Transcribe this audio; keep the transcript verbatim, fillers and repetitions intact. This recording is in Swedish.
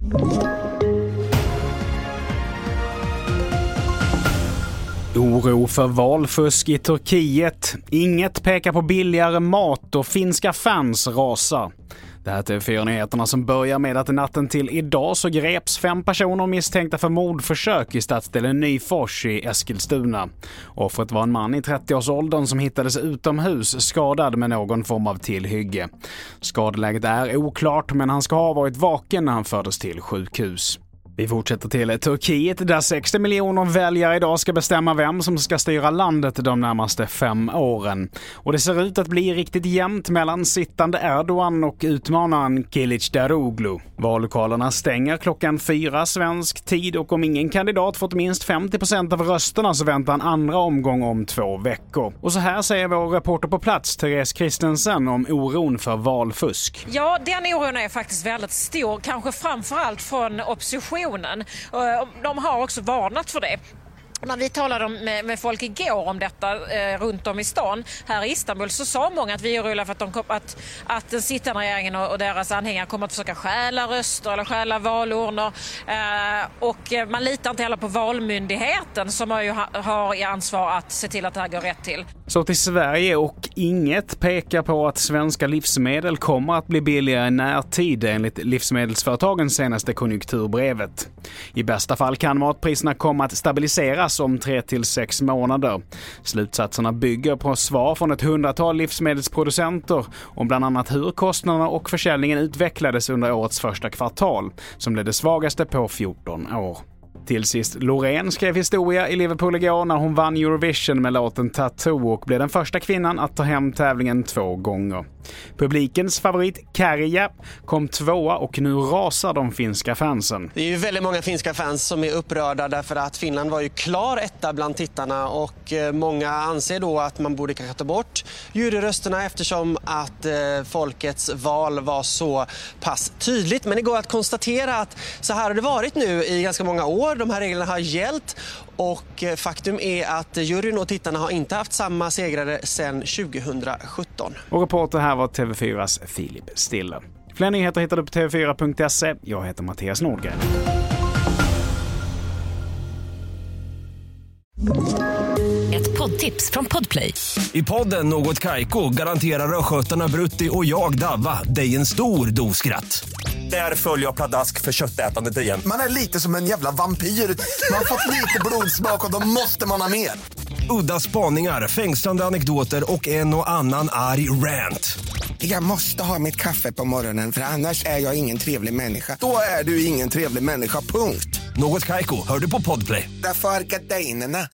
Oro för valfusk i Turkiet. Inget pekar på billigare mat och finska fans rasar. Det här är fyra nyheterna som börjar med att natten till idag så greps fem personer misstänkta för mordförsök i stadsdelen Nyfors i Eskilstuna. Offret var en man i trettioårsåldern som hittades utomhus skadad med någon form av tillhygge. Skadeläget är oklart, men han ska ha varit vaken när han fördes till sjukhus. Vi fortsätter till Turkiet där sextio miljoner väljare idag ska bestämma vem som ska styra landet de närmaste fem åren. Och det ser ut att bli riktigt jämnt mellan sittande Erdogan och utmanaren Kılıçdaroğlu. Vallokalerna stänger klockan fyra svensk tid och om ingen kandidat fått minst femtio procent av rösterna så väntar en andra omgång om två veckor. Och så här säger vår reporter på plats, Therese Christensen, om oron för valfusk. Ja, den oron är faktiskt väldigt stor, kanske framförallt från opposition. De har också varnat för det. När vi talade med, med folk igår om detta eh, runt om i stan här i Istanbul så sa många att vi är oroliga för att, de kom, att, att den sittande regeringen och, och deras anhängare kommer att försöka stjäla röster eller stjäla valurnor. Eh, och man litar inte heller på valmyndigheten som har, ju ha, har i ansvar att se till att det här går rätt till. Så till Sverige, och inget pekar på att svenska livsmedel kommer att bli billigare i närtid enligt livsmedelsföretagens senaste konjunkturbrevet. I bästa fall kan matpriserna komma att stabiliseras om tre till sex månader. Slutsatserna bygger på svar från ett hundratal livsmedelsproducenter om bland annat hur kostnaderna och försäljningen utvecklades under årets första kvartal, som blev det svagaste på fjorton år. Till sist, Loreen skrev historia i Liverpool igår när hon vann Eurovision med låten Tattoo och blev den första kvinnan att ta hem tävlingen två gånger. Publikens favorit Kärja kom tvåa och nu rasar de finska fansen. Det är ju väldigt många finska fans som är upprörda därför att Finland var ju klar etta bland tittarna och många anser då att man borde kanske ta bort juryrösterna eftersom att eh, folkets val var så pass tydligt. Men det går att konstatera att så här har det varit nu i ganska många år. De här reglerna har gällt och faktum är att juryn och tittarna har inte haft samma segrare sedan tjugohundrasjutton. Och reporter här var T V fyras Filip Stille. Fler nyheter hittar du på t v fyra punkt se. Jag heter Mattias Nordgren. Ett poddtips från Podplay. I podden Något Kaiko garanterar röskötarna Brutti och jag Davva dig en stor doskratt. Där följer jag pladask för köttätandet igen. Man är lite som en jävla vampyr. Man har fått lite blodsmak och då måste man ha mer. Udda spaningar, fängslande anekdoter och en och annan arg rant. Jag måste ha mitt kaffe på morgonen för annars är jag ingen trevlig människa. Då är du ingen trevlig människa, punkt. Något Kaiko, hör du på Podplay. Därför är gardinerna.